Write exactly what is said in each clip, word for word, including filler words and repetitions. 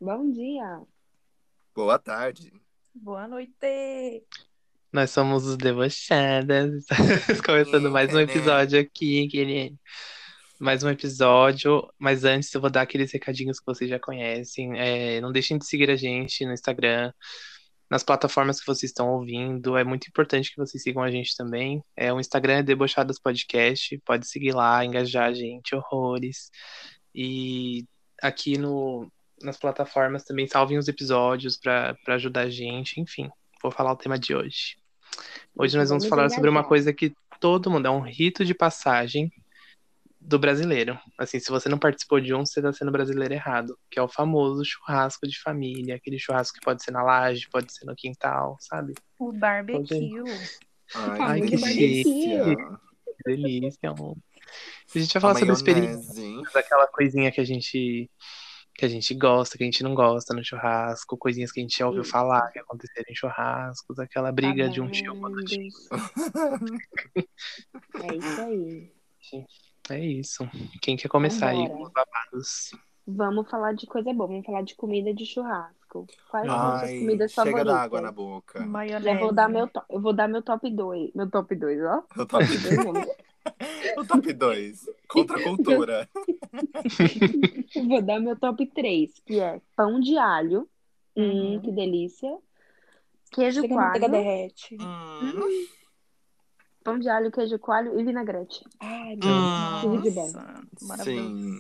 Bom dia. Boa tarde. Boa noite. Nós somos os Debochadas. Começando mais um Né? episódio aqui, querido. Mais um episódio. Mas antes eu vou dar aqueles recadinhos que vocês já conhecem. É, não deixem de seguir a gente no Instagram, nas plataformas que vocês estão ouvindo. É muito importante que vocês sigam a gente também. É, o Instagram é Debochadas Podcast. Pode seguir lá, engajar a gente, horrores. E aqui no, nas plataformas também salvem os episódios para ajudar a gente. Enfim, vou falar o tema de hoje. Hoje nós vamos Vamos falar sobre uma engajar. coisa que todo mundo, é um rito de passagem do brasileiro. Assim, se você não participou de um, você está sendo brasileiro errado, que é o famoso churrasco de família, aquele churrasco que pode ser na laje, pode ser no quintal, sabe? O barbecue. Ai, Ai, que que delícia. Que delícia, amor. A gente vai A falar sobre experiências, maionese. aquela coisinha que a gente que a gente gosta, que a gente não gosta no churrasco, coisinhas que a gente já ouviu Isso. falar que aconteceram em churrascos, aquela briga de um tio com outro tio. Babados. É isso aí. É isso. Quem quer começar aí com Vambora. os babados? Vamos falar de coisa boa. Vamos falar de comida de churrasco. Quais são suas Ai, comidas chega favoritas? da água na boca. Maionese. Já vou dar meu top. Eu vou dar meu top dois. Meu top dois, ó. O top, Top dois, não. o top dois. Contra a cultura. Eu vou dar meu top três, que é pão de alho. Hum, Uhum. que delícia. Queijo Chega a manteiga coalho. derrete. Hum. Pão de alho, queijo coalho e vinagrete. Ai, meu Hum. Deus, tudo de bom. Nossa, maravilhoso. Sim.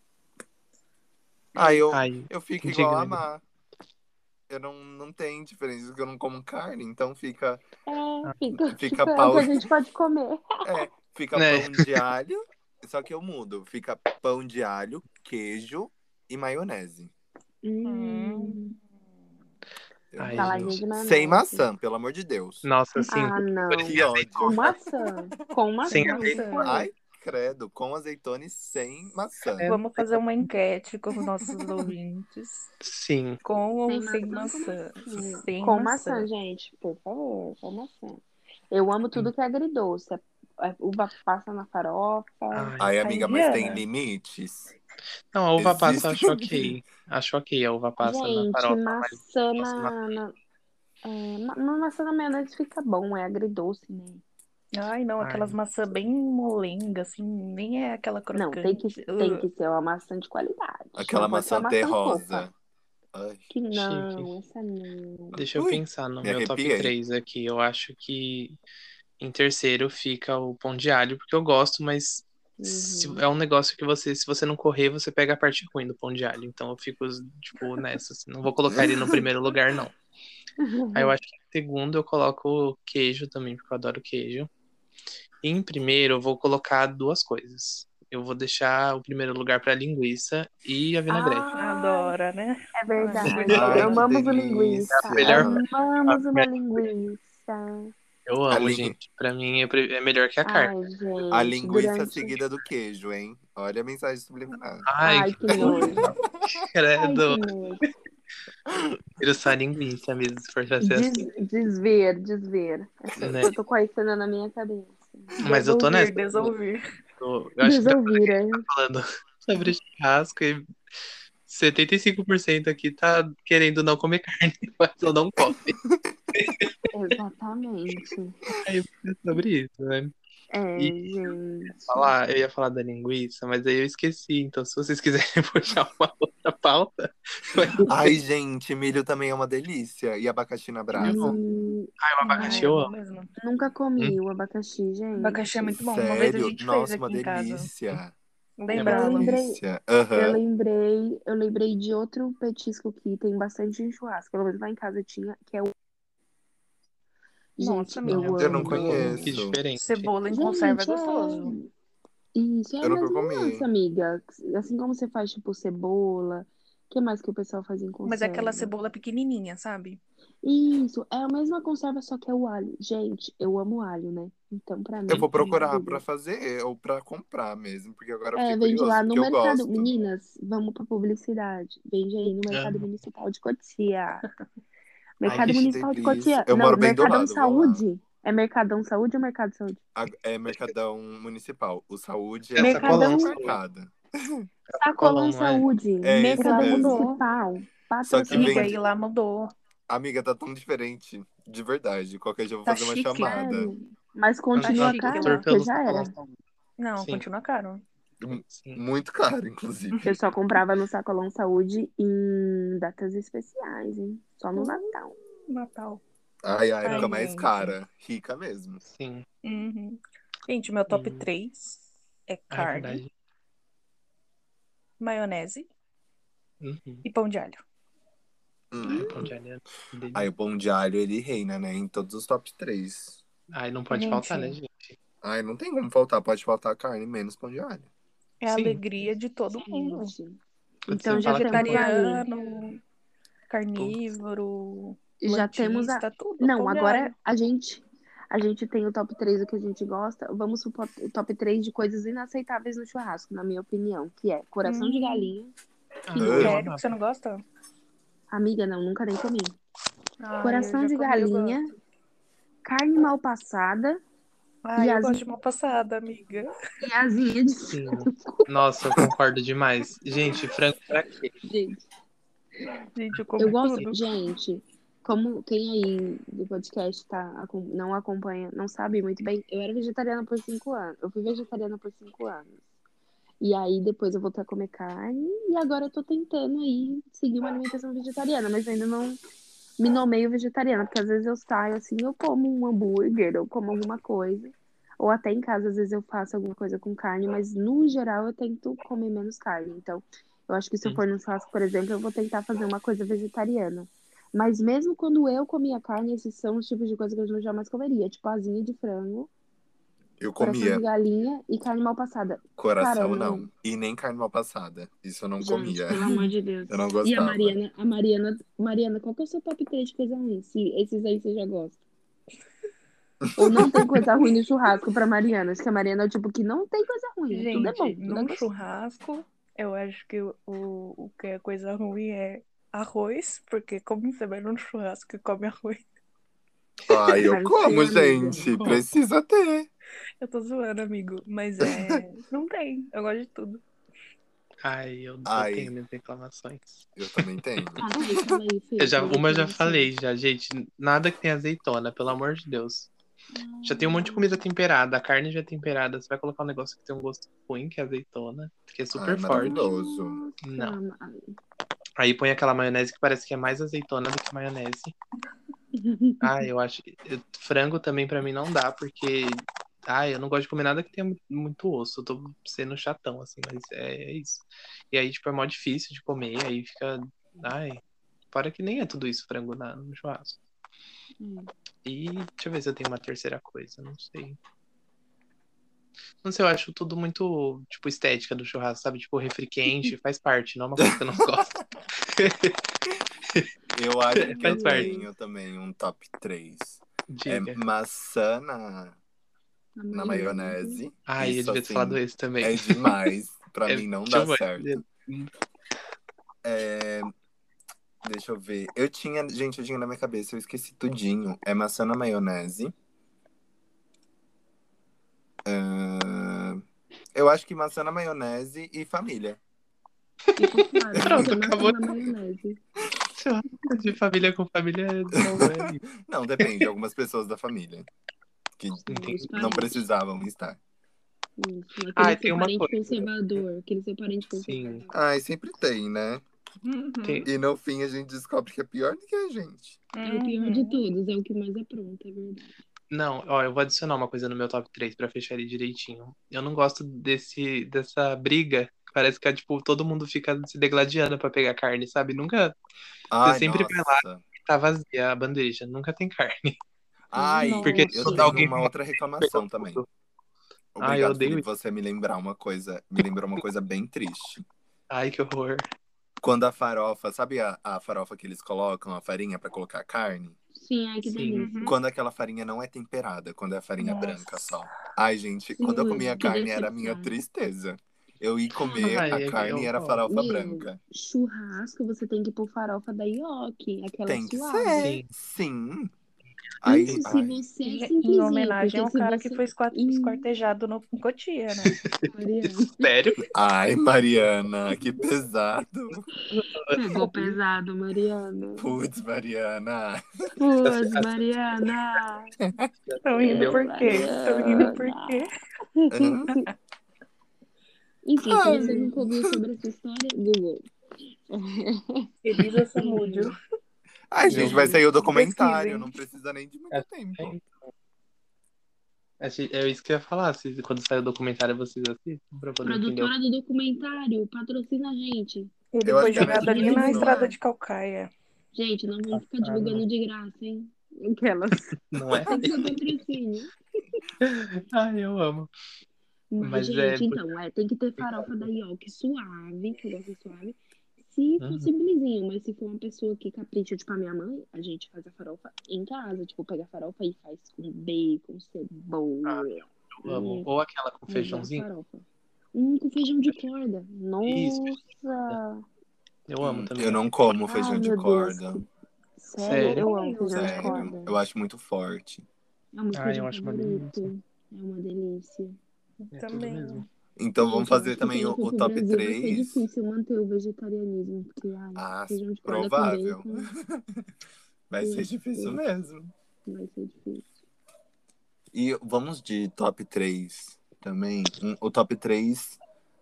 Ah, eu, Ai, eu fico diga, igual a amiga. Má. Eu não, não tem diferença, porque eu não como carne, então fica, É, fica, fica é o pau. que a gente pode comer. É, fica É. pão de alho, só que eu mudo. Fica pão de alho, queijo e maionese. Hum. Eu Ai, mudo. Saladinha gente. de maionese. Sem maçã, pelo amor de Deus. Nossa, assim, Ah, não. Que ódio. Com maçã. Com maçã. Sem isso azeitona. aí. Ai, credo, com azeitona e sem maçã. É. Vamos fazer uma enquete com os nossos ouvintes. sim. Com ou Sem sem maçã, maçã? Hum, Sem Com maçã. maçã, gente. Por favor, com maçã. Eu amo tudo que é agridoce. É uva passa na farofa. Ai. Ai, amiga, mas tem Diana. limites. Não, a uva passa eu Existe. acho ok. Acho ok a uva passa na Gente, farofa, mas maçã gosto na... na é, ma- ma- maçã na maionese fica bom. É agridoce, né? Ai, não, aquelas Ai. maçãs bem molengas, assim, nem é aquela Não, tem que, crocante. tem Uh, que ser uma maçã de qualidade. Aquela Não pode ser maçã uma maçã terrosa. fofa. Ai, Que Chique. não, essa não. Deixa eu Ui, pensar no me meu top arrepiei. três aqui. Eu acho que em terceiro fica o pão de alho, porque eu gosto, mas se- Uhum. é um negócio que você, se você não correr, você pega a parte ruim do pão de alho. Então eu fico, tipo, nessa, assim, não vou colocar ele no primeiro lugar, não. Aí eu acho que em segundo eu coloco o queijo também, porque eu adoro queijo. E em primeiro eu vou colocar duas coisas. Eu vou deixar o primeiro lugar pra linguiça e a vinagrete. Ai, adora, né? é verdade. Ai, que Amamos o linguiça. A melhor- Amamos a uma melhor- linguiça. Eu A amo, lin- gente. Pra mim é, pre- é melhor que a carne. Ai, gente. A linguiça durante... seguida do queijo, hein? Olha a mensagem subliminar. Ai, Ai, que nojo. Ai, credo. que nojo. Prefiro só a linguiça mesmo, se for pra ser Des, assim. desver, desver. Essa, Né? Eu tô com a cena na minha cabeça. Mas eu tô nessa. Desouvir, desouvir. Eu, eu acho que tá Desouvir, é. falando sobre churrasco e setenta e cinco por cento aqui tá querendo não comer carne, mas eu não como. Exatamente. Aí é sobre isso, né? É, E gente. falar, eu ia falar da linguiça, mas aí eu esqueci. Então, se vocês quiserem puxar uma outra pauta, vai Ai, gente, milho também é uma delícia. E abacaxi na brasa. Hum, Ai, o abacaxi Ai, eu é bom amo. mesmo. nunca comi o abacaxi, gente. Abacaxi é muito bom. Uma vez a Sério? gente Nossa, fez uma aqui em casa. delícia. Lembra, Eu Uma Alan? lembrei, delícia. eu Aham. lembrei, eu lembrei de outro petisco que tem bastante em churrasco. Pelo menos lá em casa tinha, que é o. Nossa, Gente, amiga. eu Eu não amo. Que conheço. diferente. Cebola em conserva é Gente, é. gostoso. Isso, é a Eu nunca mesma comi. massa, amiga. Assim como você faz, tipo, cebola. O que mais que o pessoal faz em Mas é aquela conserva? cebola pequenininha, sabe? Isso, é a mesma conserva, só que é o alho. Gente, eu amo alho, né? Então, pra Eu mim, vou sem procurar dúvida. pra fazer ou pra comprar mesmo, porque agora eu É, fiquei vende curioso, lá no porque eu mercado. gosto. Meninas, vamos pra publicidade. Vende aí no Mercado Ah, Municipal de Cotia. ai, Mercado que Que Municipal de delícia. Cotia. Eu Não, moro bem do Mercadão lado, vou lá. Saúde. É Mercadão Saúde ou Mercado Saúde? A- É Mercadão Municipal. O Saúde é é o um Mercadão sacolão, outro saúde. mercado. É o Sacolão sacolão, não é? Saúde. É esse Mercadão Lá mesmo. mudou. Municipal. Só que Amiga, vende. aí lá mudou. Amiga, tá tão diferente. De verdade. Qualquer dia eu vou Tá fazer uma chique. chamada. Sério. Mas Tá continua chique caro, lá. porque já era. Não, Sim. continua caro. Sim. Muito caro, inclusive. Eu só comprava no Sacolão Saúde em datas especiais, hein? Só no Natal. Natal. Ai, a época Ai, mais gente. cara. Rica mesmo. Sim. Uhum. Gente, meu top Hum. três é Ah, é carne, verdade. maionese Uhum. e pão de alho. Hum. Ai, pão de alho é delícia. Aí o pão de alho, ele reina, né? Em todos os top três. Ai, não pode Gente. faltar, né, gente? Ai, não tem como faltar. Pode faltar carne, menos pão de alho. É a Sim. alegria de todo mundo. Gente. Quando Então você já fala temos pão- aí. Vegetariano, carnívoro, Já temos a. plantista, tudo. Não, pão de agora alho. a gente. A gente tem o top três do que a gente gosta. Vamos pro pot- o top três de coisas inaceitáveis no churrasco, na minha opinião. Que é coração de Hum. galinha. Ah, Que Ai. nojo. Sério que você não gosta? Amiga, não, nunca nem comi. Ai, eu Coração já de comi, eu galinha, gosto. carne mal passada Ai, e eu asinha, gosto de uma passada, amiga. e asinha de Sim. frango. Nossa, eu concordo demais. Gente, frango pra quê? Gente, Gente, eu eu como gosto. tudo. Gente, como quem aí do podcast tá, acom- não acompanha, não sabe muito bem, eu era vegetariana por cinco anos. Eu fui vegetariana por cinco anos. E aí depois eu voltei a comer carne e agora eu tô tentando aí seguir uma alimentação vegetariana, mas ainda não me nomeio vegetariana, porque às vezes eu saio assim, eu como um hambúrguer, eu como alguma coisa. Ou até em casa, às vezes eu faço alguma coisa com carne, mas no geral eu tento comer menos carne. Então, eu acho que se eu for no churrasco, por exemplo, eu vou tentar fazer uma coisa vegetariana. Mas mesmo quando eu comia carne, esses são os tipos de coisa que eu jamais comeria. Tipo asinha de frango, Eu coração comia de galinha e carne mal passada. coração, Cara, não. não. E nem carne mal passada. Isso eu não Gente, comia. pelo amor de Deus. Eu não E a gostava. Mariana, a Mariana, Mariana, qual que é o seu top três de coisa ruim? Se esses aí você já gosta. Ou não tem coisa ruim no churrasco pra Mariana? Acho que a Mariana é o tipo que não tem coisa ruim. Tudo é bom, Gente, tudo é num gostoso. churrasco, eu acho que o, o, o que é coisa ruim é arroz, porque como você vai num churrasco e come arroz? Ai, eu Deve como, ser, amiga. gente. Precisa ter. Eu tô zoando, amigo, mas é. Não tem, eu gosto de tudo. Ai, eu, eu Ai. tenho minhas reclamações. Eu também tenho. Conta aí, fala aí, Fê. Eu já, suas uma eu já reclamações. falei, já, gente. Nada que tenha azeitona, pelo amor de Deus. Já tem um monte de comida temperada, a carne já é temperada. Você vai colocar um negócio que tem um gosto ruim, que é azeitona, que é super Ai, forte. maravilhoso. Não. Nossa, Aí põe aquela maionese que parece que é mais azeitona do que maionese. Ah, eu acho. eu- Frango também pra mim não dá, porque. Ai, eu não gosto de comer nada que tenha mu- muito osso. Eu tô sendo chatão, assim, mas é, é isso. E aí, tipo, é mó difícil de comer, aí fica. Ai, fora que nem é tudo isso, frango na, no churrasco. Hum. E deixa eu ver se eu tenho uma terceira coisa, não sei. Não sei, eu acho tudo muito, tipo, estética do churrasco, sabe? Tipo, refri quente faz parte, não é uma coisa que eu não gosto. Eu acho que eu Faz parte. tenho também um top três. É Diga. maçã na, na maionese. Ai, eu Isso, devia ter assim, falado esse também. é demais. Pra É mim não too dá much. certo. É, deixa eu ver. Eu tinha, gente, eu tinha na minha cabeça, eu esqueci tudinho. É maçã na maionese. Ah, eu acho que maçã na maionese e família. Pronto, acabou. Na maionese. Churrasco de família com família não é isso. Não, depende. Algumas pessoas da família que Entendi. não precisavam estar. Isso, aquele Ah, seu tem uma parente coisa. conservador. Aquele seu parente Sim. conservador. Ai, sempre tem, né? Uhum. Tem- E no fim a gente descobre que é pior do que a gente. É o pior de todos, é o que mais apronta, é verdade. Não, ó, eu vou adicionar uma coisa no meu top três pra fechar ele direitinho. Eu não gosto desse, dessa briga. Parece que, tipo, todo mundo fica se degladiando pra pegar carne, sabe? Nunca. Ai, sempre vai lá. nossa. Tá vazia a bandeja, nunca tem carne. Ai, Porque eu quando tenho alguém uma outra reclamação pegou também. tudo. Obrigado, Ai, eu odeio Felipe, isso. você me lembrar uma coisa, me lembrou uma coisa bem triste. Ai, que horror. Quando a farofa, sabe a, a farofa que eles colocam, a farinha pra colocar carne? Sim, ai que Sim. delícia. Uhum. Quando aquela farinha não é temperada, quando é a farinha Nossa. branca só. Ai, gente, quando eu comia Que carne era a minha decepção. tristeza. Eu ia comer Ai, a eu- carne e era eu- farofa Meu, branca. churrasco você tem que pôr farofa da Ioki, aquela Tem que suave. ser. Sim. Sim. Aí, Isso se ai, você é Em simplesinho, homenagem ao porque se cara que você... foi esquart- Ih, esquartejado no Cotia, né? Mariana, Sério? ai, Mariana, que pesado. pegou pesado, Mariana. Putz, Mariana. Putz, Mariana. Tão rindo Entendeu? por quê? Tão rindo por Mariana. quê? Hã? Enfim, se Ai. você nunca ouviu sobre essa história, Google. Elisa Samúdio. Ai, gente, vai sair o documentário, Pesquisem. não precisa nem de muito É, tempo. Achei- É isso que eu ia falar. Se, quando sair o documentário, vocês assistem pra poder entender. o- Produtora do documentário, patrocina a gente. Ele Eu acho foi que a jogado ali Netflix na não estrada é. de Calcaia. Gente, não vamos ficar Ah, divulgando de graça, hein? Aquelas. Não é? Tem que ser patrocínio. Ai, eu amo. Mas, Mas gente, é. então, é, tem que ter farofa da Yoki suave, que eu gosto de suave. Se for Uhum. simplesinho, mas se for uma pessoa que capricha, tipo a minha mãe, a gente faz a farofa em casa. Tipo, pega a farofa e faz com bacon, cebola. Eu amo. Hum, Ou aquela com mas a feijãozinho. farofa. Hum, com feijão de corda. Isso, Nossa! eu amo Hum, também. Eu não como Ai, feijão de meu Deus. corda. Que... Sério? Sério? Eu amo feijão de Sério. corda. Eu acho muito forte. É o meu Ai, feijão eu acho uma favorito. delícia. É uma delícia. É tudo Também. mesmo. Então vamos Gente, eu fazer acho que também quando o, eu for o pro top Brasil vai ser três. difícil manter o vegetarianismo, porque, ai, Ah, feijão de corda com provável. bacon, Vai ser putz, difícil mesmo. vai ser difícil. E vamos de top três também. Um- o top três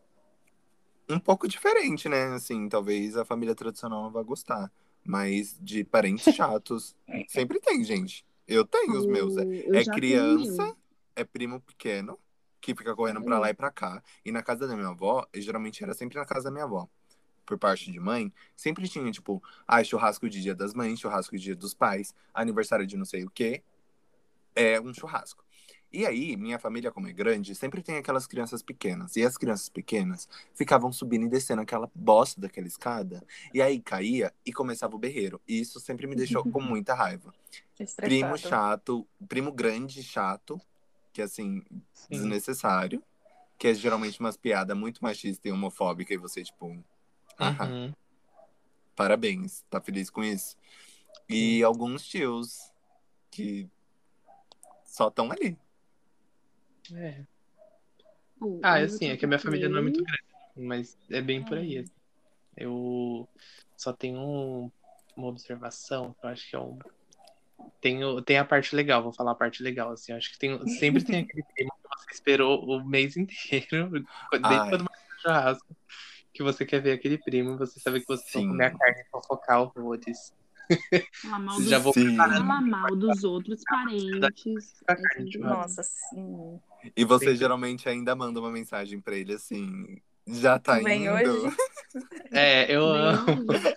um pouco diferente, né? Assim, talvez a família tradicional não vá gostar. Mas de parentes chatos, sempre tem, gente. Eu tenho os meus. É, Eu, eu é já tenho o criança, meu. é primo pequeno, que fica correndo pra Sério? lá e pra cá. E na casa da minha avó, e geralmente era sempre na casa da minha avó, por parte de mãe, sempre tinha, tipo, ah, churrasco de dia das mães, churrasco de dia dos pais, aniversário de não sei o quê. É um churrasco. E aí, minha família, como é grande, sempre tem aquelas crianças pequenas. E as crianças pequenas ficavam subindo e descendo aquela bosta daquela escada. E aí caía e começava o berreiro. E isso sempre me deixou com muita raiva. Primo Estressado. chato, primo grande chato, que assim, Sim. desnecessário. Que é geralmente umas piadas muito machistas e homofóbicas. E você, tipo, haha, Uhum. parabéns, tá feliz com isso? E Sim. alguns tios que só estão ali. É. Bom, o Ah, é meu assim, é top que a minha família não é muito três grande, mas é bem por aí. é... assim. Eu só tenho um- uma observação, eu acho que é um. Tenho, tem a parte legal, vou falar a parte legal, assim, eu acho que tem, sempre tem aquele primo que você esperou o mês inteiro, desde Ai, quando vai no churrasco, que você quer ver aquele primo, você sabe que vocês vão comer a sim, carne e fofocar horrores. falar mal Vocês já dos... vão preparando falar sim. mal dos outros parentes a é carne de sempre churrasco. bom. Nossa, sim. E você Sempre. geralmente ainda manda uma mensagem pra ele assim, já tá Vem indo? hoje. É, eu Vem amo. hoje.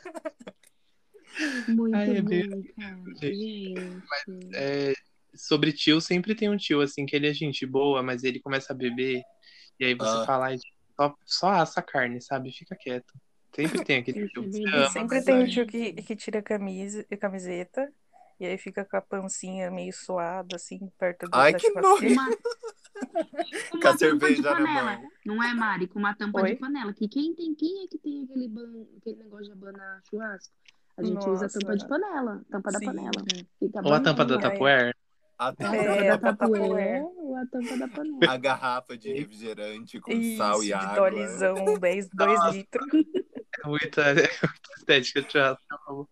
Muito Ai, é bem bom, cara. gente. Gente. É, sobre tio, sempre tem um tio, assim, que ele é gente boa, mas ele começa a beber, e aí você Ah, fala, "Ai, só, só assa a carne, sabe? Fica quieto." Sempre tem aquele Isso tio é que você E verdade. ama, sempre mas tem o sei. tio que, que tira a camisa, a camiseta e aí fica com a pancinha meio suada, assim, perto do- Ai, da que nojo! churrasqueira. Uma, com Com a uma tampa de cerveja na panela. mão. Não é, Mari? Com uma tampa de Oi? panela. Que quem tem, quem é que tem aquele, ban, aquele negócio de abanar churrasco? A gente usa a tampa de Nossa, panela. Tampa da sim. panela. Fica Ou a tampa da abanando. Ai, Tupperware. A A tampa tampa é da a da tapué Tupperware. ou a tampa da panela. a garrafa de refrigerante com sal e Isso, de água. dolizão, dez, dois Nossa, litros. é muita, é muita estética de churrasco. eu amo.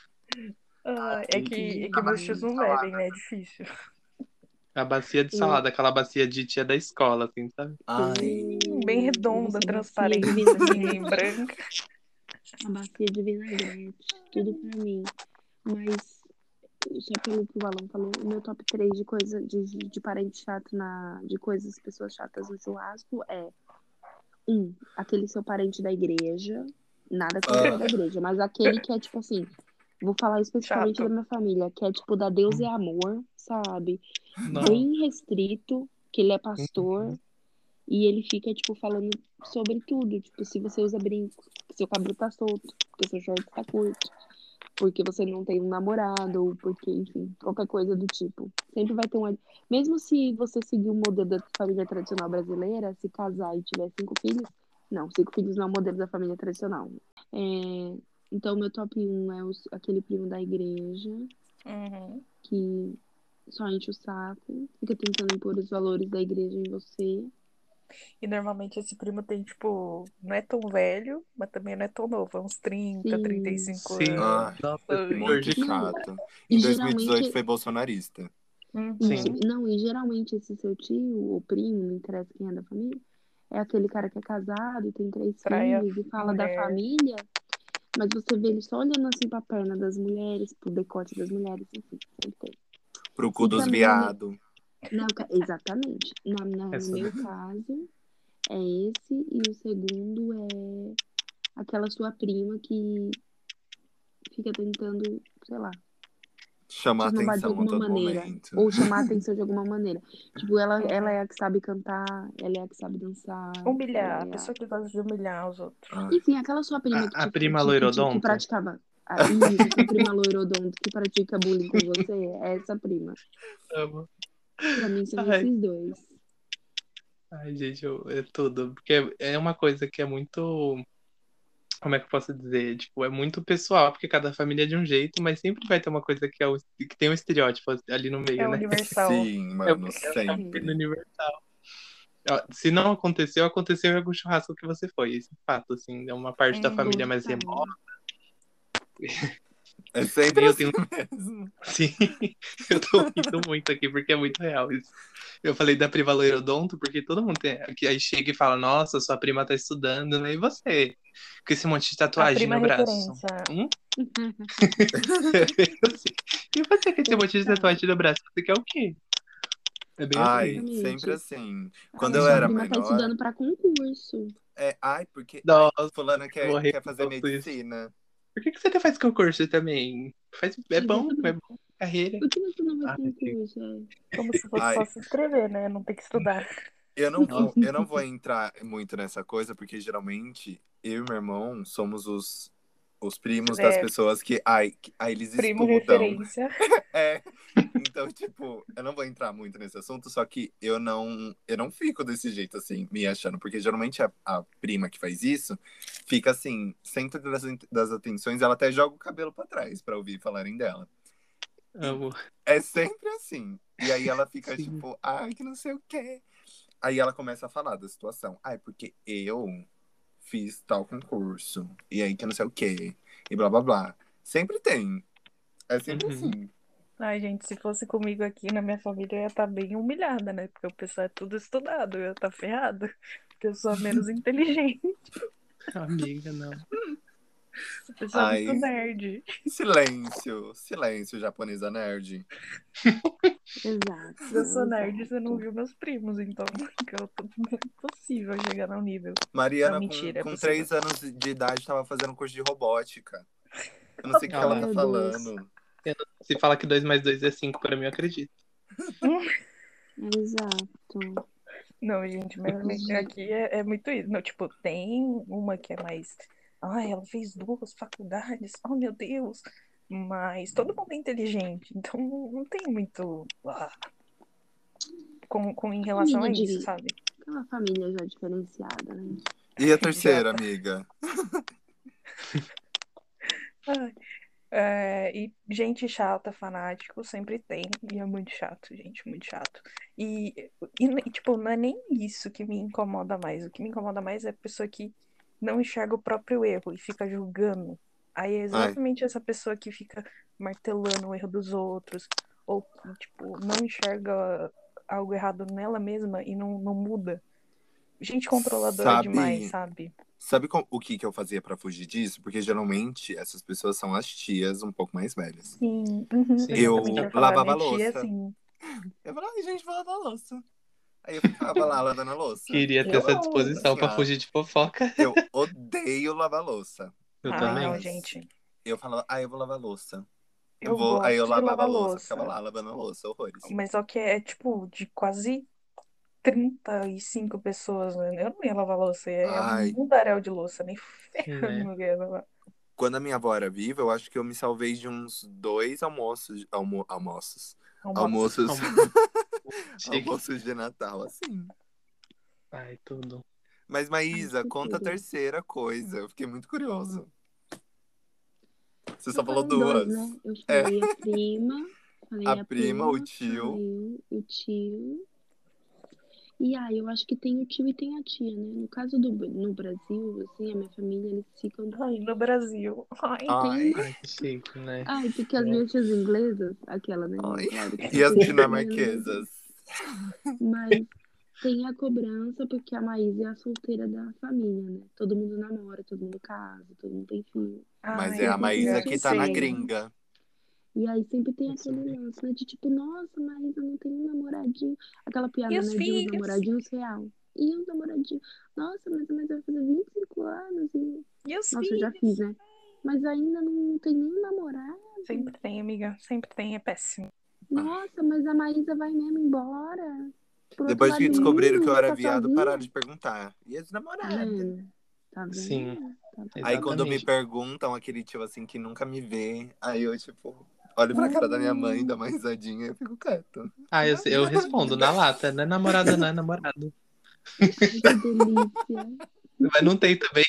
Ah, é E que, é a que meus bacia tios de não salada. bebem, né? É difícil. A bacia de Eu, salada, aquela bacia de tia da escola, assim, sabe? Ai, Sim, bem sim, redonda, nossa, bacia de transparente, assim, vinagrete. branca. A bacia de vinagrete. Tudo pra mim. Mas, só pelo que o Alan falou, o meu top três de coisa de, de, de parente chato na, de coisas, pessoas chatas no churrasco é um, aquele seu parente da igreja, nada contra o ah, da igreja, mas aquele que é tipo assim, vou falar especificamente da Chato. minha família, que é tipo da Deus é amor, sabe? Nossa. Bem restrito, que ele é pastor e ele fica tipo falando sobre tudo, tipo, se você usa brinco, que seu cabelo tá solto, porque seu short tá curto, porque você não tem um namorado, ou porque, enfim, qualquer coisa do tipo. Sempre vai ter um. Mesmo se você seguir o modelo da família tradicional brasileira, se casar e tiver cinco filhos, não, cinco filhos não é o modelo da família tradicional. É, então, meu top um é os- aquele primo da igreja, Uhum. que só enche o saco, fica tentando impor os valores da igreja em você. E normalmente esse primo tem, tipo, não é tão velho, mas também não é tão novo. É uns trinta, trinta e Sim. cinco Sim. anos. Ai, Nossa, Ai. muito super Não, chato. e Em dois mil e dezoito geralmente, foi bolsonarista. isso, Uhum. Sim. não, e geralmente esse seu tio ou primo, não interessa quem é da família, é aquele cara que é casado e tem três Trai a filhos e fala da mulher. família, mas você vê ele só olhando assim pra perna das mulheres, pro decote das mulheres, enfim, sempre tem. Pro cu E dos também, no meu, viado. não, ca- exatamente, na, na- no Essa meu caso, é esse, e o segundo é aquela sua prima que fica tentando, sei lá, Chamar te esnobar de atenção a alguma todo maneira. momento. Ou chamar a atenção de alguma maneira. Tipo, ela, ela Uhum. é a que sabe cantar, ela é a que sabe dançar, ela Humilhar. A é a... pessoa que gosta de humilhar os outros. Ai, Enfim, aquela sua prima que, A, a te, prima que, que, te- que loirodonto? praticava. Ah, isso, sua prima loirodonto que pratica bullying com você, é essa prima. Amo. Pra mim são Ai, esses dois. ai, gente, eu- é tudo. Porque é é uma coisa que é muito. Como é que eu posso dizer? Tipo, é muito pessoal, porque cada família é de um jeito, mas sempre vai ter uma coisa que, é o, que tem um estereótipo ali no É meio, né? universal. sim, É, mano, é uma Sim. coisa sempre. universal. Ó, se não aconteceu, aconteceu em algum churrasco que você foi. Esse é fato, assim, é uma parte da família Uhum. mais remota. Total. É E sempre daí eu assim tenho. mesmo. Sim, eu tô rindo muito aqui, porque é muito real isso. Eu falei da prima loirodonto, porque todo mundo tem. Que aí chega e fala, nossa, sua prima tá estudando, né? E você? Com esse monte de A tatuagem prima no braço. referência. Hum? E você com esse monte de Total. tatuagem no braço? Você quer o quê? É bem assim. Ai, sempre Exatamente. assim. Quando Fala, eu sua era Uhum. prima tá menor, estudando pra concurso. é, ai, porque, ai, Nossa, fulana eu quer, vou rir quer fazer com isso. medicina. Por que que você não faz concurso também? Faz, é bom, é Exatamente. bom. Carreira. Por que você não faz Ai, gente. concurso? É. Como se fosse Ai, só se inscrever, né? Não tem que estudar. eu não Nossa. vou, eu não vou entrar muito nessa coisa, porque geralmente eu e meu irmão somos os, os primos das É, pessoas que, ai, que- ai, eles primo estudam. referência. É. Então, tipo, eu não vou entrar muito nesse assunto, só que eu não, eu não fico desse jeito, assim, me achando, porque geralmente a, a prima que faz isso fica assim, centro das, das atenções, ela até joga o cabelo pra trás pra ouvir falarem dela. E Amo. é sempre assim. E aí ela fica Sim. tipo, ai, que não sei o quê. Aí ela começa a falar da situação. Ai, porque eu fiz tal concurso. E aí que não sei o quê. E blá blá blá. Sempre tem. É sempre Uhum. assim. Ai, gente, se fosse comigo aqui na minha família, eu ia estar bem humilhada, né? Porque o pessoal é tudo estudado, eu ia estar ferrada. Porque eu sou a menos inteligente. Amiga, não. O pessoal é muito Ai, nerd. silêncio. Silêncio, japonesa nerd. Exato, Se eu sou nerd, você não exato. viu meus primos, então. Que eu tô... Não é possível chegar no nível. Não, Mariana, com, mentira, é com possível. três anos de idade, tava fazendo curso de robótica. Eu não sei o que Olha ela lá. tá Meu Deus. falando. Eu não- Se fala que dois mais dois é cinco, pra mim, eu acredito. Exato. Não, gente, mas Ge- aqui é, é muito isso. Não, tipo, tem uma que é mais. Ai, ela fez duas faculdades. Oh, meu Deus. Mas todo mundo é inteligente, então não tem muito ah, com, com em relação a Família isso, de. sabe? Aquela família já diferenciada, né? E a terceira, Idiota. amiga? Ai, é, e gente chata, fanático, sempre tem. E é muito chato, gente, muito chato. E, e, e, tipo, não é nem isso que me incomoda mais. O que me incomoda mais é a pessoa que não enxerga o próprio erro e fica julgando. Aí é Ai, exatamente essa pessoa que fica martelando o erro dos outros. Ou que, tipo, não enxerga algo errado nela mesma e não, não muda. Gente controladora demais, sabe, sabe? sabe com- o que que eu fazia pra fugir disso? Porque geralmente essas pessoas são as tias um pouco mais velhas. Sim, uhum, exatamente. Eu Eu ia falar, lavava a minha tia, louça. assim. Eu falava, ai, gente, vou lavar a louça. Aí eu ficava lá lavando a louça. Queria ter Eu, essa Eu. disposição assim, pra ó, fugir de fofoca. eu odeio lavar louça. Eu Ai, não, também. Mas gente. eu falava, ai, eu vou lavar a louça. Eu Eu vou, aí eu gosto de lavava a lavar louça, ficava louça. lá lavando a louça, horrores. Mas só que é, tipo, de quase trinta e cinco pessoas, né? Eu não ia lavar louça. É um Ai, mundaréu de louça. Nem ferrando Né? não ia lavar. quando a minha avó era viva, eu acho que eu me salvei de uns dois almoços, almo, almoços, Almoço. almoços, Almo- Chique. almoços de Natal, assim. Ai, tudo. Mas, Ai, Maísa, que conta a tudo. terceira coisa. Eu fiquei muito curioso. Você Já só falou falei dois, duas. né? Eu É. falei a prima, falei, A a prima, o prima tio. saiu, o tio. E aí, eu acho que tem o tio e tem a tia, né? No caso do no Brasil, assim, a minha família, eles ficam. Ai, no Brasil. Ai, Tem Ai, uma. Ai, que chique, né? Ai, porque as É. minhas tias inglesas, aquela, né? ai. Claro que E só as tem as minhas inglesas. dinamarquesas? Mas tem a cobrança porque a Maísa é a solteira da família, né? Todo mundo namora, todo mundo casa, todo mundo tem filho. Mas ai, é a Sempre tem a Maísa amiga, que tá na sei. solteira. gringa. E aí sempre tem Eu aquele sabia. lance, né? De tipo, nossa, Maísa não tem um namoradinho. Aquela E piada, os né? De uns filhos? namoradinhos real. E os namoradinhos? Nossa, mas a Maísa vai fazer vinte e cinco anos e... E os Nossa, eu já filhos? fiz, né? Mas ainda não tem nenhum namorado. Sempre tem, amiga. Sempre tem, é péssimo. Nossa, mas a Maísa vai mesmo embora. Por outro Depois lado que do descobriram que mundo, eu vai era estar viado, pararam sozinha. de perguntar. E as Tá namoradas? vendo? Tá Sim, vendo? Tá vendo? Aí quando me exatamente. perguntam, aquele tio assim que nunca me vê, aí eu, tipo, olho pra cara da minha mãe, dou uma risadinha e eu fico quieto. Ah, eu, eu respondo na lata, não é namorada, não é namorado. Ai, que delícia. Mas não tem também.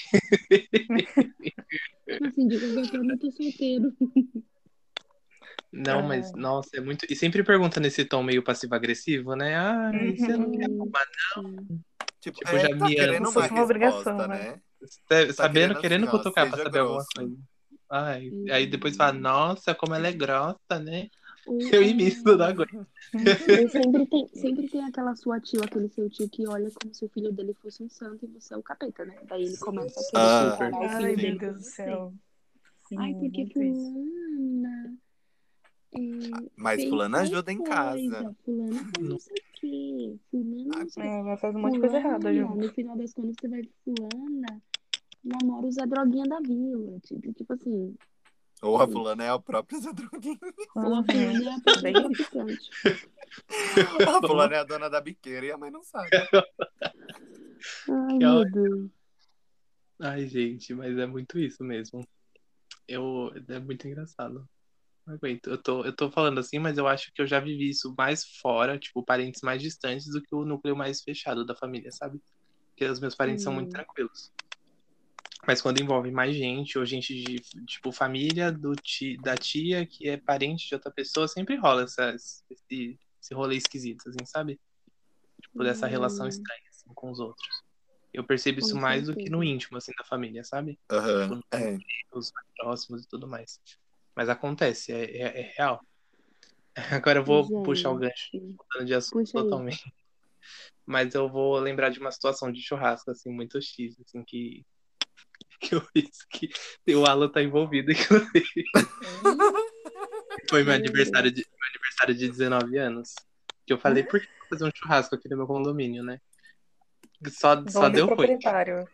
Assim, de qualquer forma, eu tô solteiro. Não, mas, Ai. nossa, é muito. E sempre pergunta nesse tom meio passivo-agressivo, né? Ai, você não quer Uhum. arrumar. Sim. Tipo, Tipo, é, já tá me Como querendo se uma fosse uma obrigação, resposta, né? né? Sa- Tá Sabendo, querendo assim, querendo ó, cutucar pra seja saber alguma grosso. coisa. Ai, aí depois fala, Uhum. nossa, como ela é grossa, né? Ou, Eu imito, não é... aguento. Ou sempre tem, sempre tem aquela sua tio, aquele seu tio que olha como se o filho dele fosse um santo e você é o capeta, né? Daí ele começa a querer Ah, Super. comparar o Ai, filho meu dele com Deus do você. céu. Sim, Ai, porque muito isso. fulana é, mas fez fulano tal ajuda em casa. coisa, fulana faz Não- não sei o quê, fulana Ah, não sei o quê. É, mas faz um monte de coisa errada Fulana, no junto. final das contas, você vai ver fulana, namora o Zé Droguinha da vila. Tipo, tipo assim, ou a gente. fulana é a própria Zé Droguinha. Ou a Uhum. fulana é a própria Bem isso. traficante. A fulana é a dona da biqueira e a mãe não sabe. Ai, Que ó- meu Deus. Ai, gente, mas é muito isso mesmo. Eu, é muito engraçado. Não aguento. Eu tô, eu tô falando assim, mas eu acho que eu já vivi isso mais fora, tipo, parentes mais distantes do que o núcleo mais fechado da família, sabe? Porque os meus parentes são muito Hum, tranquilos. Mas quando envolve mais gente, ou gente de, tipo, família do ti, da tia que é parente de outra pessoa, sempre rola essas, esse, esse rolê esquisito, assim, sabe? Tipo, dessa relação hum, estranha, assim, com os outros. Eu percebo isso com mais do que no certeza. íntimo, assim, da família, sabe? Aham, Tipo, é. nos mais próximos e tudo mais. Mas acontece, é, é, é real. Agora eu vou puxar o gancho, Gente, mudando de assunto puxa aí. totalmente. Mas eu vou lembrar de uma situação de churrasco, assim, muito X, assim, que, que eu fiz, que o Alan tá envolvido, inclusive. Foi meu Meu aniversário Deus. de, meu aniversário de dezenove anos. Que eu falei, por que eu vou fazer um churrasco aqui no meu condomínio, né? Só, só Dono e deu ruim. proprietário.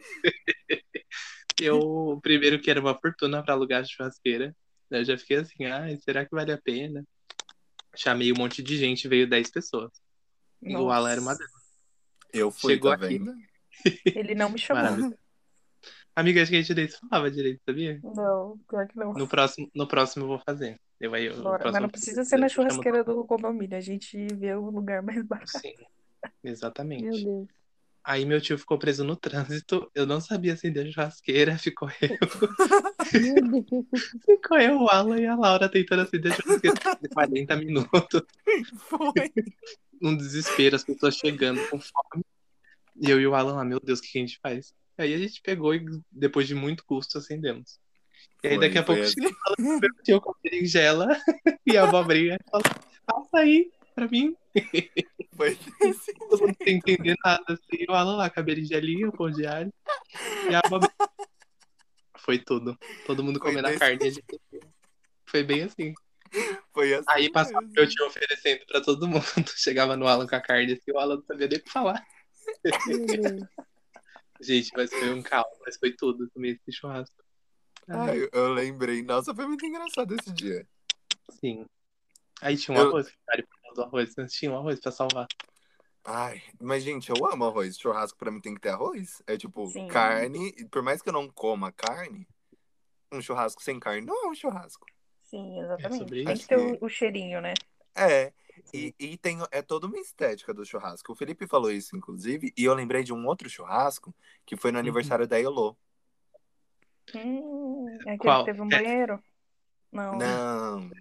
Eu, primeiro, que era uma fortuna pra alugar a churrasqueira. Eu já fiquei assim, ai, será que vale a pena? Chamei um monte de gente, veio dez pessoas. E o Alan era uma Nossa. delas. Eu fui, Chegou tá aqui, vendo? Ele não me chamou. maravilhoso. Amiga, acho que a gente nem se falava direito, sabia? Não, pior que não. No próximo, no próximo eu vou fazer. Eu, aí, o Bora. Mas próximo não eu vou precisa ser fazer, na eu chamo todo churrasqueira do condomínio. A gente vê o lugar mais barato. Sim, Meu exatamente. Deus. Aí meu tio ficou preso no trânsito, eu não sabia acender a churrasqueira, ficou eu, Meu Deus. ficou eu, o Alan e a Laura tentando acender a churrasqueira por quarenta minutos, Foi. um desespero, as pessoas chegando com fome. E eu e o Alan lá, meu Deus, o que que a gente faz? Aí a gente pegou e, depois de muito custo, acendemos. E aí daqui Foi, a foi pouco chega assim. o tio com a berinjela e a abobrinha e fala, passa aí pra mim. Foi desse Todo mundo sem jeito. entender nada, assim, o Alan lá com a berinjelinha, o pão de alho e a abobrinha. Foi tudo. Todo mundo Foi comendo a desse, carne. A gente... Foi bem assim. foi assim Aí passava o meu mesmo. tio oferecendo pra todo mundo. Chegava no Alan com a carne assim, o Alan não sabia nem o que falar. Meu Deus. Gente, mas foi um caos, mas foi tudo também esse churrasco. Ai, Ai, eu, eu lembrei. Nossa, foi muito engraçado esse dia. sim. Aí tinha um Eu, arroz, cara, do arroz, né? Tinha um arroz pra salvar. ai, mas gente, eu amo arroz. Churrasco pra mim tem que ter arroz. É tipo, Sim, carne. e Por mais que eu não coma carne, um churrasco sem carne não é um churrasco. sim, É exatamente. sobre Tem isso. que Acho ter o, que o cheirinho, né? é. Sim. E, e tem, é toda uma estética do churrasco. O Felipe falou isso, inclusive, e eu lembrei de um outro churrasco que foi no Uhum. aniversário da Elô. Hum, é aquele que Qual? teve um É, banheiro? Não. Não.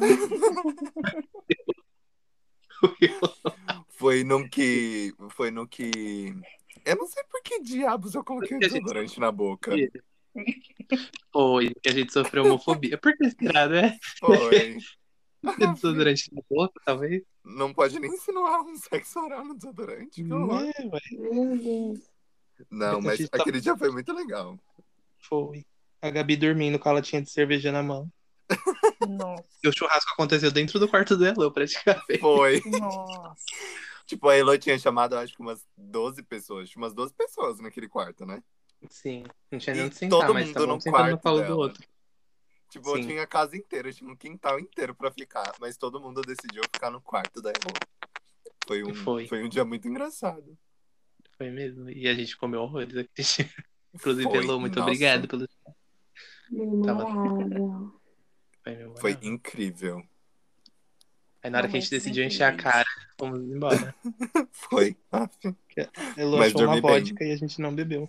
Foi no que. Foi no que. Eu não sei por que diabos eu coloquei o Que a gente desodorante na boca. Foi, que a gente sofreu homofobia. Por que será, né? Foi. Que desodorante na boca, talvez? Não pode nem insinuar um sexo oral no desodorante, que horror. Né, ué? Meu Deus. Não, A mas gente tava- aquele dia foi muito legal. Foi. A Gabi dormindo com a latinha de cerveja na mão. Nossa. E o churrasco aconteceu dentro do quarto dela, praticamente. Foi. Nossa. Tipo, a Elo tinha chamado, eu acho que umas doze pessoas. Tinha umas doze pessoas naquele quarto, né? Sim. Não tinha nem E onde sentar, todo mas mundo tava um no sentando no quarto colo do dela. outro. Tipo, eu Sim. tinha a casa inteira, tinha um quintal inteiro pra ficar. Mas todo mundo decidiu ficar no quarto da Elo. Foi um, Foi. foi um dia muito engraçado. Foi mesmo. E a gente comeu horrores aquele dia. Inclusive, Foi, Elô, muito nossa, obrigado pelo. Memorável. Foi memorável. Foi incrível. Aí na hora que a gente Momentos decidiu encher a incríveis. cara, fomos embora. Foi. Aff. Elô Mas achou uma dormi bem. vodka e a gente não bebeu.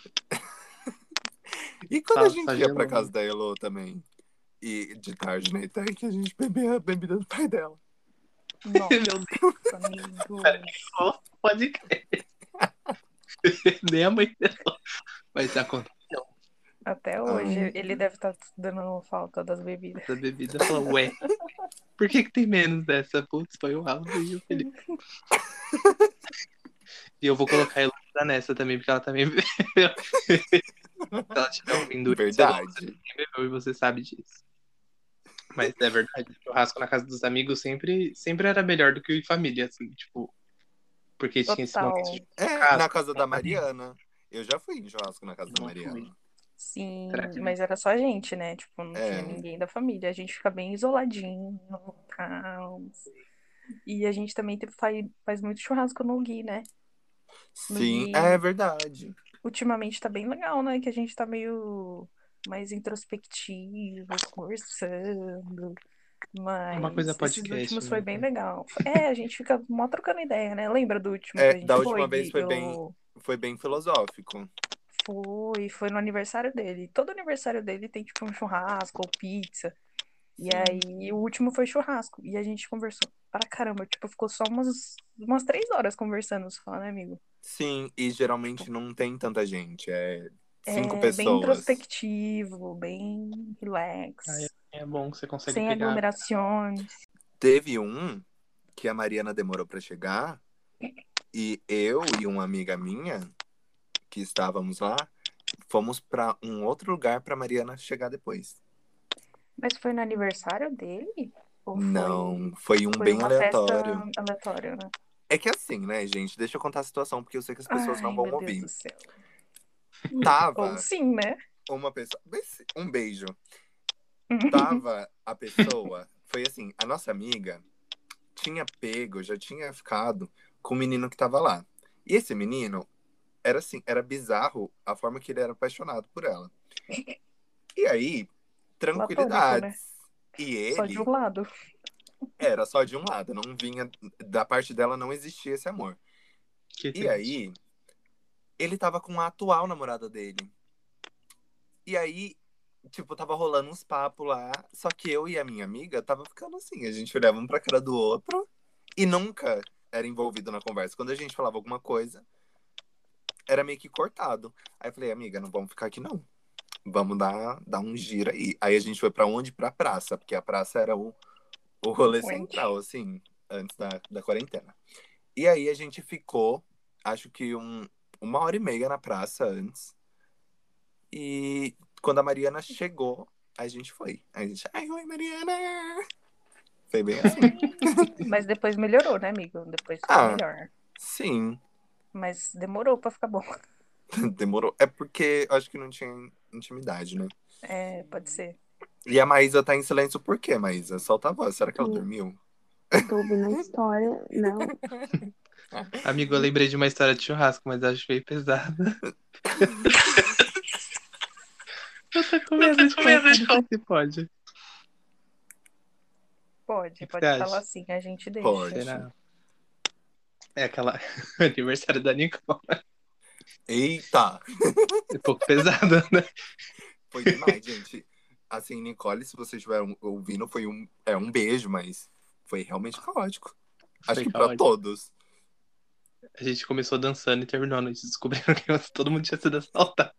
E quando Só- a só gente ia pra gelou, casa da Elo também? E de tarde, né? Então, que a gente bebia a bebida do pai dela. Nossa, Meu Deus, amigos. oh, pode crer. Nem a mãe dela. Mas aconteceu Até hoje, Ai. ele deve estar dando falta das bebidas. da bebida. Falou, ué, por que, que tem menos dessa? Putz, foi o Aldo e o Felipe. E eu vou colocar a Heloísa nessa também, porque ela também bebeu. Se ela estiver ouvindo isso, Elô, você Verdade. também bebeu e você sabe disso. Mas é verdade, o churrasco na casa dos amigos sempre, sempre era melhor do que em família, assim, tipo. Porque tinha esse Total. momento de É, casa. na casa da Mariana. Eu já fui em churrasco na casa da Não Mariana. fui. Sim, Será que- mas era só a gente, né? Tipo, não É. tinha ninguém da família. A gente fica bem isoladinho, tal. E a gente também te- faz, faz muito churrasco no Gui, né? Sim, E- é verdade. Ultimamente tá bem legal, né? Que a gente tá meio mais introspectivo, conversando. Mas Uma coisa esses podcast, últimos né? foi bem legal. É, a gente fica mó trocando ideia, né? Lembra do último É, que a gente da foi, última vez Gui? foi bem, Do- foi bem filosófico. Foi, foi no aniversário dele. Todo aniversário dele tem tipo um churrasco ou pizza. E Sim. aí o último foi churrasco. E a gente conversou para caramba. Tipo, ficou só umas, umas três horas conversando só, né, amigo? Sim, e geralmente não tem tanta gente. É cinco É bem pessoas. introspectivo, bem relax, Ah, é, é bom que você consegue sem pegar. aglomerações. Teve um que a Mariana demorou pra chegar. E eu e uma amiga minha, que estávamos lá, fomos pra um outro lugar pra Mariana chegar depois. Mas foi no aniversário dele? Ou foi, Não, foi um foi bem uma aleatório. festa aleatória, né? É que assim, né, gente? Deixa eu contar a situação, porque eu sei que as pessoas não Ai, vão meu Deus ouvir. do céu. Ou Tava sim, né? uma pessoa. Um beijo. Tava a pessoa. Foi assim, a nossa amiga tinha pego, já tinha ficado com o menino que tava lá. E esse menino era assim, era bizarro a forma que ele era apaixonado por ela. E aí, tranquilidades. E Só de ele um lado. era só de um lado, não vinha. Da parte dela não existia esse amor. Que E triste. aí, ele tava com a atual namorada dele. E aí, tipo, tava rolando uns papos lá. Só que eu e a minha amiga tava ficando assim. A gente olhava um pra cara do outro e nunca era envolvido na conversa. Quando a gente falava alguma coisa, era meio que cortado. Aí eu falei, amiga, não vamos ficar aqui não. Vamos dar, dar um giro aí. Aí a gente foi pra onde? Pra praça, porque a praça era o, o rolê Point. central, assim, antes da, da quarentena. E aí a gente ficou, acho que um, uma hora e meia na praça antes. E quando a Mariana chegou, a gente foi. Aí a gente, ai, oi, Mariana! Foi bem assim. Mas depois melhorou, né, amigo? Depois ficou Ah. melhor. Sim, Mas demorou pra ficar bom. demorou. É porque eu acho que não tinha intimidade, né? É, pode ser. E a Maísa tá em silêncio por quê, Maísa? Solta a voz. Será que ela Hum. dormiu? Tô ouvindo a história. Não. Amigo, eu lembrei de uma história de churrasco, mas acho meio pesada. Eu tô com medo de contar, não sei se pode. Pode, que pode você falar acha? assim, a gente deixa. Pode. Será? É aquela aniversário da Nicole. Eita! É um pouco pesado, né? Foi demais, gente. Assim, Nicole, se vocês estiveram ouvindo, foi um, é um beijo, mas foi realmente caótico. Acho Foi que pra caótico. todos. A gente começou dançando e terminou a noite descobrindo que todo mundo tinha sido assaltado.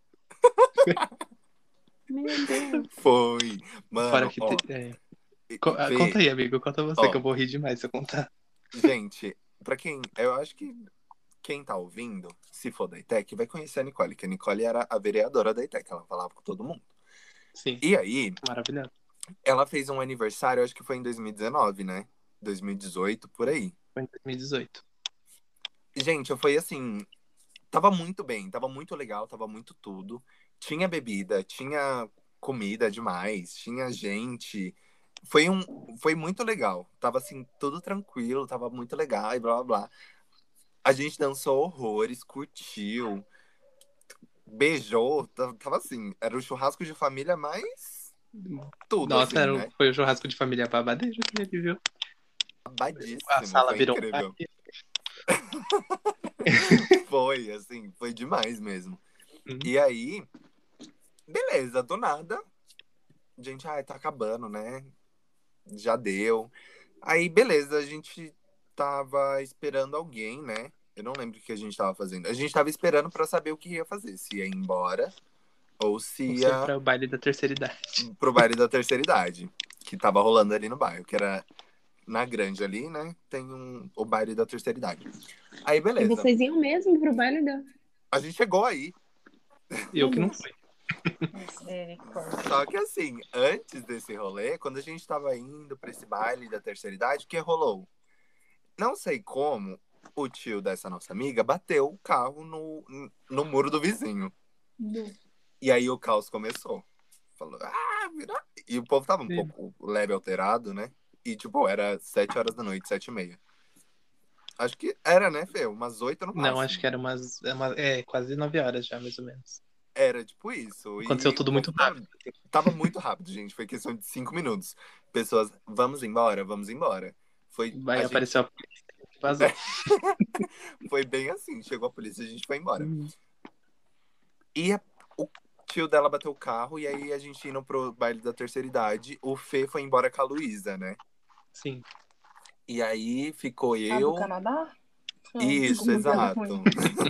Meu Deus. Foi. Fora Mano, que. ó. te- é. Co- ah, Fê, Conta aí, amigo. Conta você, ó. que eu vou rir demais se eu contar. Gente, pra quem. Eu acho que quem tá ouvindo, se for da ITEC, vai conhecer a Nicole, que a Nicole era a vereadora da ITEC, ela falava com todo mundo. Sim, E aí, maravilhoso. ela fez um aniversário, acho que foi em dois mil e dezenove, né? dois mil e dezoito, por aí. Foi em dois mil e dezoito. Gente, foi assim. Tava muito bem, tava muito legal, tava muito tudo. Tinha bebida, tinha comida demais, tinha gente. Foi um, foi muito legal. Tava assim, tudo tranquilo, tava muito legal e blá blá blá. A gente dançou horrores, curtiu, beijou, ta- tava assim, era o churrasco de família mais tudo, Nossa, assim, era, um- né? foi o churrasco de família babadeiro que ele viu. A Babadíssimo, sala foi virou um incrível. parque. Foi, assim, foi demais mesmo. Uhum. E aí, beleza, do nada, gente, ai, tá acabando, né? Já deu. Aí, beleza, a gente tava esperando alguém, né? Eu não lembro o que a gente tava fazendo. A gente tava esperando pra saber o que ia fazer. Se ia embora ou se Você ia para o baile da terceira idade. pro baile da terceira idade. Que tava rolando ali no bairro. Que era na Grande ali, né? Tem um, o baile da terceira idade. Aí, E beleza. vocês iam mesmo pro baile da. A gente chegou aí. Eu Meu que não Deus. fui. Misericórdia. Só que assim, antes desse rolê, quando a gente tava indo pra esse baile da terceira idade, o que rolou? Não sei como, o tio dessa nossa amiga bateu o carro no, no muro do vizinho. E aí o caos começou. Falou, ah, vira... E o povo tava um Sim. pouco leve alterado, né? E tipo, era sete horas da noite, sete e meia. Acho que era, né, Fê? Umas oito no máximo. Não, acho que era umas. É, uma- é, quase nove horas já, mais ou menos. Era tipo isso. Aconteceu E tudo o muito povo tava, tava muito rápido, gente. Foi questão de cinco minutos. Pessoas, vamos embora, vamos embora. Foi, Aí a apareceu gente, a polícia e vazou. foi bem assim. Chegou a polícia, a gente foi embora. Uhum. E a- o tio dela bateu o carro, e aí a gente indo pro baile da terceira idade. O Fê foi embora com a Luísa, né? Sim. E aí ficou Ah, do eu. Canadá? Isso, Como piada exato. ruim.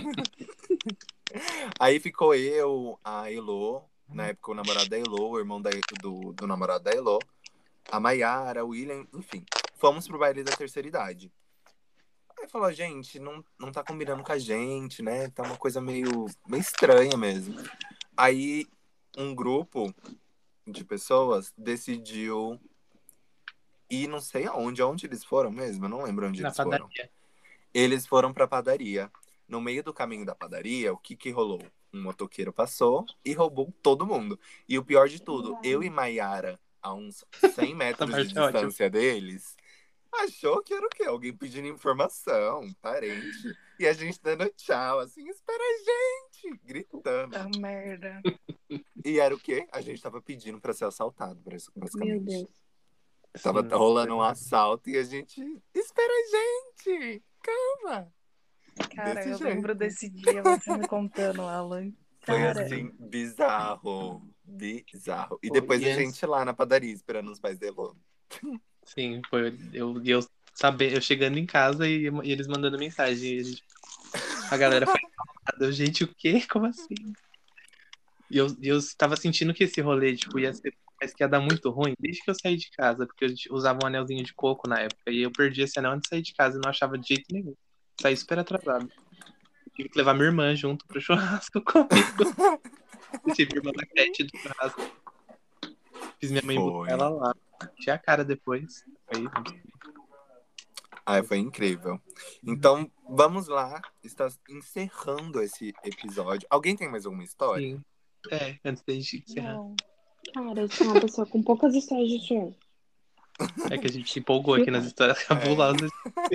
Aí ficou eu, a Elô, na época o namorado da Elô, o irmão da, do, do namorado da Elô, a Maiara, o William, enfim. Fomos pro baile da terceira idade. Aí falou, gente, não, não tá combinando com a gente, né? Tá uma coisa meio, meio estranha mesmo. Aí um grupo de pessoas decidiu ir não sei aonde, aonde eles foram mesmo, eu não lembro onde Na eles foram. padaria. Eles foram pra padaria. No meio do caminho da padaria, o que que rolou? Um motoqueiro passou e roubou todo mundo. E o pior de tudo, eu e Maiara, a uns cem metros de parte é ótima. distância deles, achou que era o quê? Alguém pedindo informação, parente. E a gente dando tchau, assim, espera a gente, gritando. Tá merda. E era o quê? A gente tava pedindo pra ser assaltado, basicamente. Meu Deus. Tava Sim, rolando um foi- assalto e a gente, espera a gente, calma. Cara, Desse eu jeito. lembro desse dia, você me contando, Alan. Foi Cara, assim, bizarro. Bizarro. E Foi, depois e a antes- gente lá na padaria esperando os pais dele. Sim, foi. Eu, eu, saber, eu chegando em casa e, e eles mandando mensagem. E a, gente- a galera foi incomodada. Eu, gente, o quê? Como assim? E eu, e eu tava sentindo que esse rolê, tipo, ia ser. Mas que ia dar muito ruim desde que eu saí de casa, porque eu usava um anelzinho de coco na época. E eu perdi esse anel antes de sair de casa e não achava de jeito nenhum. Saí super atrasado. Tive que levar minha irmã junto pro churrasco comigo. Deixei minha irmã na creche do churrasco. Fiz minha mãe Foi. buscar ela lá. Enchi a cara depois. Aí, Ai, foi incrível. Então, vamos lá. Está encerrando esse episódio. Alguém tem mais alguma história? sim. É, antes da gente encerrar. não. Cara, eu sou uma pessoa com poucas histórias de choro. É que a gente se empolgou aqui nas histórias cabulosas.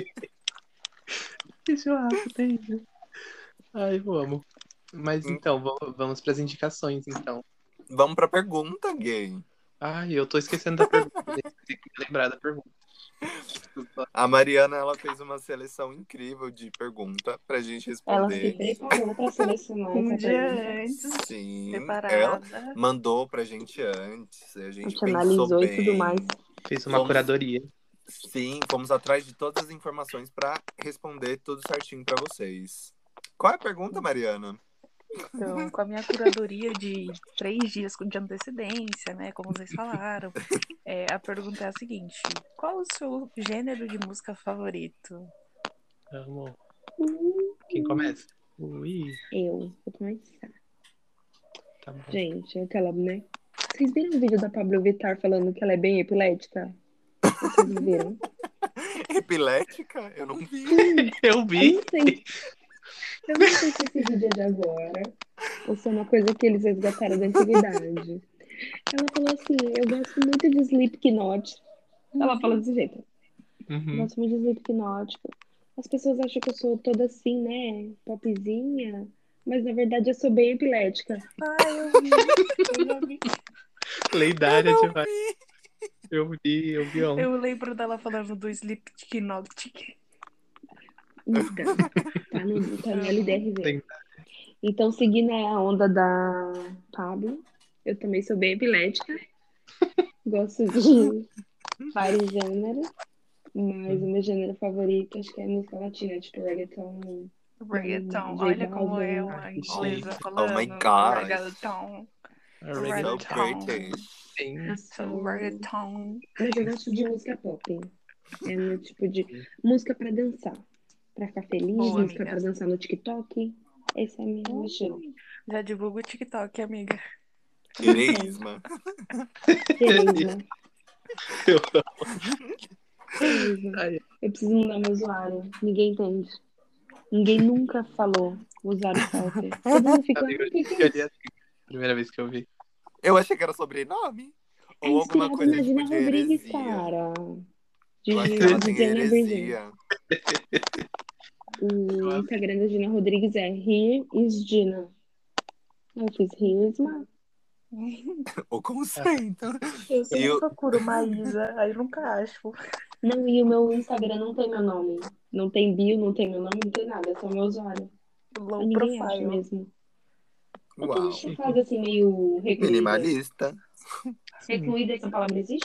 Que churrasco terrível. Ai, vamos. Mas então, vamos, vamos pras indicações, então. Vamos pra pergunta, gay. Ai, eu tô esquecendo da pergunta. Tem que lembrar da pergunta. A Mariana, ela fez uma seleção incrível de pergunta pra gente Ela se responder. preparou pra selecionar Um essa dia pergunta. antes, Sim, ela preparada. mandou pra gente antes. A A gente gente pensou analisou e tudo mais. bem. Fez uma Fomos- curadoria. Sim, fomos atrás de todas as informações pra responder tudo certinho pra vocês. Qual é a pergunta, Mariana? Então, com a minha curadoria de três dias de antecedência, né? Como vocês falaram, é, a pergunta é a seguinte: qual o seu gênero de música favorito? Vamos. Quem começa? Ui, Eu, vou começar. tá bom. Gente, aquela, né? Vocês viram o vídeo da Pablo Vittar falando que ela é bem epilética? Vocês não viram? Epilética? Eu não vi. Eu Eu vi. não sei. Eu não sei se esse vídeo é de agora ou se é uma coisa que eles resgataram da antiguidade. Ela falou assim: eu gosto muito de Slipknot. Ela fala desse jeito. Eu Uhum. gosto muito de Slipknot. As pessoas acham que eu sou toda assim, né? Popzinha. Mas na verdade eu sou bem epilética. Ah, eu vi, eu já vi. Lendária demais. Eu vi, eu vi ontem. Eu lembro dela falando do Slipknot. Então, tá no, tá no L D R V. Lendária. Então, seguindo a onda da Pablo, eu também sou bem epilética. Gosto de vários gêneros. Mas o meu gênero favorito acho que é música latina, tipo reggaeton. Reggaeton. J Olha como é Balvin. uma Ai, que inglesa chique. falando. Oh my gosh. Reggaeton. So Reggaeton. British. Sim. Eu So sou- reggaeton. Mas eu gosto de música pop. É no tipo de música pra dançar. Pra ficar feliz, Boa, música amiga. pra dançar no TikTok. Esse é meu meu estilo. Já divulga o TikTok, amiga. Ereísma. Tereza. Eu Tereza. Ai, Eu preciso mudar meu usuário. Ninguém entende. Ninguém nunca falou o usuário certo. Todo mundo fica, ah, amigo, o que que eu é li isso? assim, primeira vez que eu vi. Eu achei que era sobrenome. É Ou alguma inspirado coisa na tipo Gina de Rodrigues, heresia. cara. De, Eu acho de, que ela de tem Diana Virgin. heresia. O Instagram da Gina Rodrigues é Here is Gina. Eu fiz Here is Ma. O conceito. Eu E sempre o- procuro Maísa, aí nunca acho. Não, e o meu Instagram não tem meu nome. Não tem bio, não tem meu nome, não tem nada. É só meu usuário. Low Ninguém acha profile. mesmo. É que a Uau. gente faz assim, meio recluída. Minimalista. Recluída, essa palavra existe?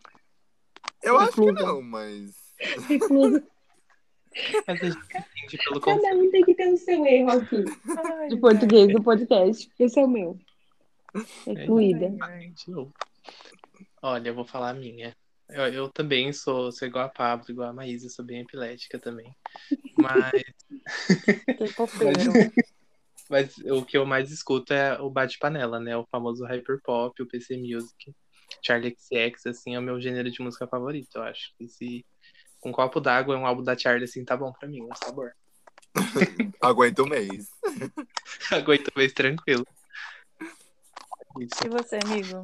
Eu acho que Reclusa. não, mas. Reclusa. Mas a gente entende pelo Cada conceito. um tem que ter o seu erro aqui. Ai, De português do podcast. Esse é o meu. Recluída. ai, De novo. Olha, eu vou falar a minha. Eu, eu também sou, sou igual a Pablo, igual a Maísa, sou bem epilética também. Mas, que popeiro. mas o que eu mais escuto é o bate-panela, né? O famoso hyperpop, o P C Music. Charli X C X, assim, é o meu gênero de música favorito, eu acho. E se um copo d'água é um álbum da Charli, assim, tá bom pra mim, o sabor. Aguenta um mês. Aguento mês tranquilo. Isso. E você, amigo?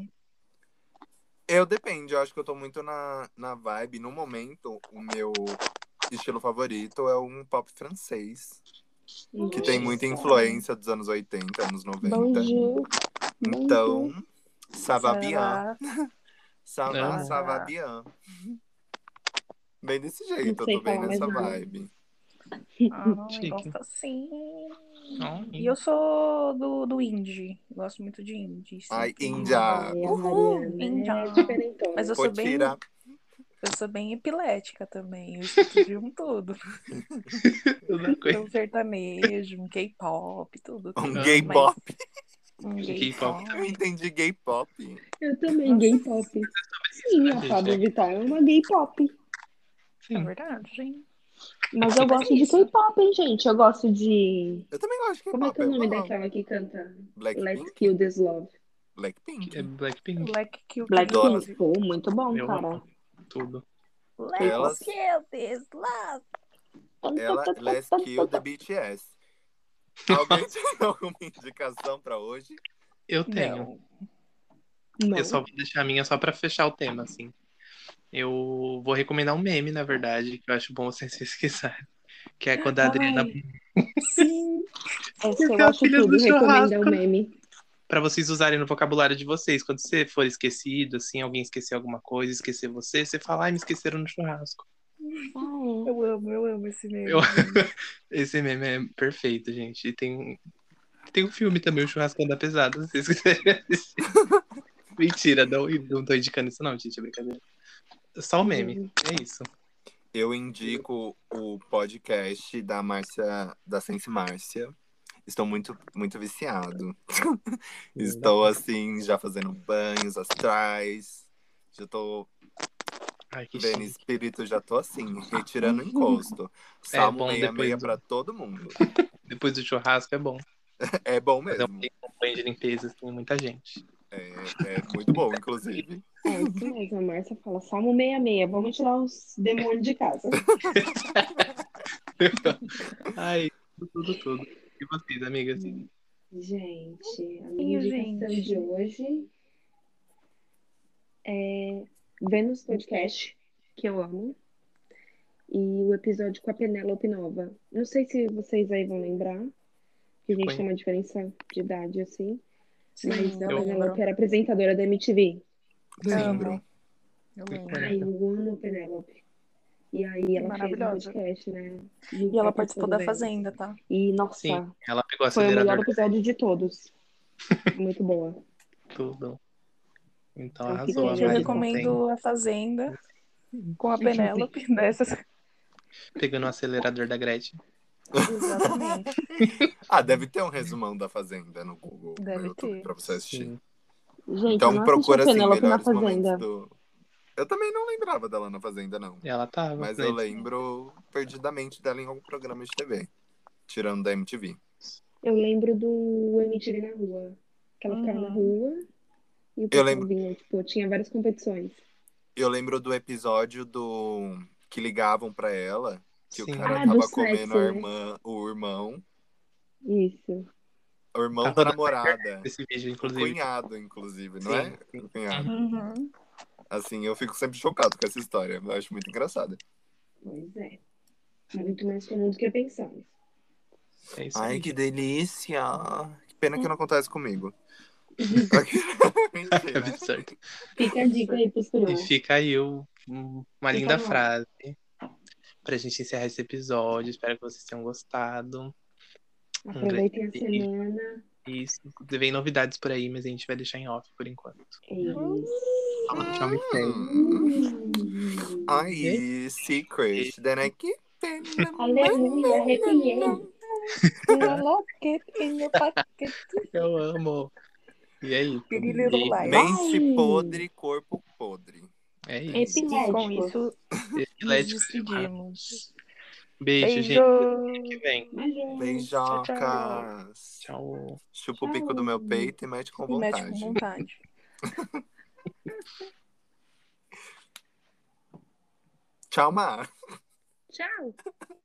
Eu depende, eu acho que eu tô muito na, na vibe. No momento, o meu estilo favorito é um pop francês. Que tem muita influência dos anos oitenta, anos noventa. Bonjour. Então, ça va bien. Sarah, Ça va, Amo. ça va bien. Bem desse Não jeito, eu sei tô bem falar mais nessa nada. vibe. ah, Chique. gosto assim. Não, E eu sou do, do indie. Gosto muito de indie. Ai, sempre. Índia. Ai, a Uhul. Mariana Índia. é diferentona. Mas eu sou bem, Potira. eu sou bem epilética também. Eu escuto de um tudo. tudo a coisa. Um sertanejo, um K-pop, tudo. Um tudo. gay Mas pop. um gay K-pop. pop. Eu entendi gay pop. Eu também, gay pop. Sim, a Gente, Pablo é- Vittar é uma gay pop. É Sim. verdade, gente. Mas eu Mas gosto é de isso. K-pop, hein, gente? Eu gosto de. Eu também gosto de Como é K-pop. que é o nome eu amo. daquela que canta Let's Blackpink? Kill This Love? Blackpink. É Blackpink. Black Kill Donas. Blackpink. Pô, muito bom, Eu cara. amo tudo. Let's Elas- kill this love. Ela, let's kill the B T S. Alguém tem alguma indicação pra hoje? Eu tenho. Não. Não. Eu só vou deixar a minha só pra fechar o tema, assim. Eu vou recomendar um meme, na verdade, que eu acho bom vocês pesquisarem. Que é quando a Adriana. Ai, sim. Essa eu Aquelas acho filhas tudo. do Recomenda churrasco. o meme. Pra vocês usarem no vocabulário de vocês. Quando você for esquecido, assim, alguém esquecer alguma coisa, esquecer você, você fala, ai, me esqueceram no churrasco. Ah, Eu amo, eu amo esse meme, Eu- gente. Esse meme é perfeito, gente. E tem, tem um filme também, o Churrascão da Pesada, se vocês quiserem assistir. Mentira, não, não tô indicando isso não, gente, é brincadeira. Só o meme, Uhum. é isso. Eu indico o podcast da Márcia, da Sense Márcia. Estou muito, muito viciado. Estou, assim, já fazendo banhos astrais. Já tô Ai, que vendo chique. espírito, já tô, assim, retirando o encosto. É Salmo bom sessenta e depois seis do, pra todo mundo. depois do churrasco, é bom. É bom Fazer um mesmo. um banho de limpeza, assim, muita gente. É, é muito bom, inclusive. É isso mesmo, a Márcia fala, Salmo sessenta e seis, vamos tirar os demônios de casa. Ai, tudo, tudo, tudo. E vocês, amigas? Gente, a minha Sim, indicação gente. de hoje é Vênus Podcast, que eu amo, e o episódio com a Penélope Nova. Não sei se vocês aí vão lembrar, que a gente tem uma diferença de idade assim, mas Sim, a eu Penélope lembro. era apresentadora da M T V. Lembro. Amo. Eu lembro. Ai, eu amo a Penélope. E aí ela fez um Maravilhosa. podcast, né? E ela participou da Vênus. Fazenda, tá? E, Sim, nossa, ela pegou o foi o melhor acelerador episódio de todos. Muito boa. de tudo. Então Então fica arrasou, a aí Gente, eu a Marina dica. tem. recomendo a Fazenda com a Penélope dessas. Pegando o acelerador da Gretchen. Exatamente. Ah, deve ter um resumão da Fazenda no Google, no Deve YouTube, ter. pra você assistir. Sim. Gente, eu Então não assisti a procura, assim, Penélope na melhores momentos Fazenda. do... Eu também não lembrava dela na Fazenda, não. Ela tava. Mas né? eu lembro perdidamente dela em algum programa de T V. Tirando da M T V. Eu lembro do M T V na rua. Que ela ficava na Uhum. rua e o Eu pessoal lembro, vinha, tipo, tinha várias competições. eu lembro do episódio do que ligavam pra ela, que o Sim. cara Ah, do tava comendo sexo, a né? irmã, o irmão, Isso. o irmão Tá da rodando namorada. esse vídeo, O inclusive. cunhado, inclusive, não Sim, é? sim. O cunhado. Uhum. Assim, eu fico sempre chocado com essa história. Eu acho muito engraçada. Pois é. Muito mais comum do que pensamos. É isso Ai, aí. que delícia! Que pena que não acontece comigo. É Mentira. absurdo. Fica a dica aí pros E peru. fica aí o- um- uma Por linda favor. frase pra gente encerrar esse episódio. Espero que vocês tenham gostado. Um grande Aproveitem a beijo. semana. Isso. Vem novidades por aí, mas a gente vai deixar em off por enquanto. É isso. Tchau, me segue. Hum. Ai, secret. Then I keep Aleluia, arrepiei. You lock it in your pocket. Eu amo. E é isso. Pretty little lies. Mente Vai. podre, corpo podre. É isso. E com Epiléticos. isso, nos Epiléticos demais. despedimos. Beijo, Beijo. gente. Até que vem. Beijos. Tchau, tchau. Beijocas. Tchau. Chupa o bico do meu peito e mete com E mete com vontade. vontade. Tchau, Mar. Tchau.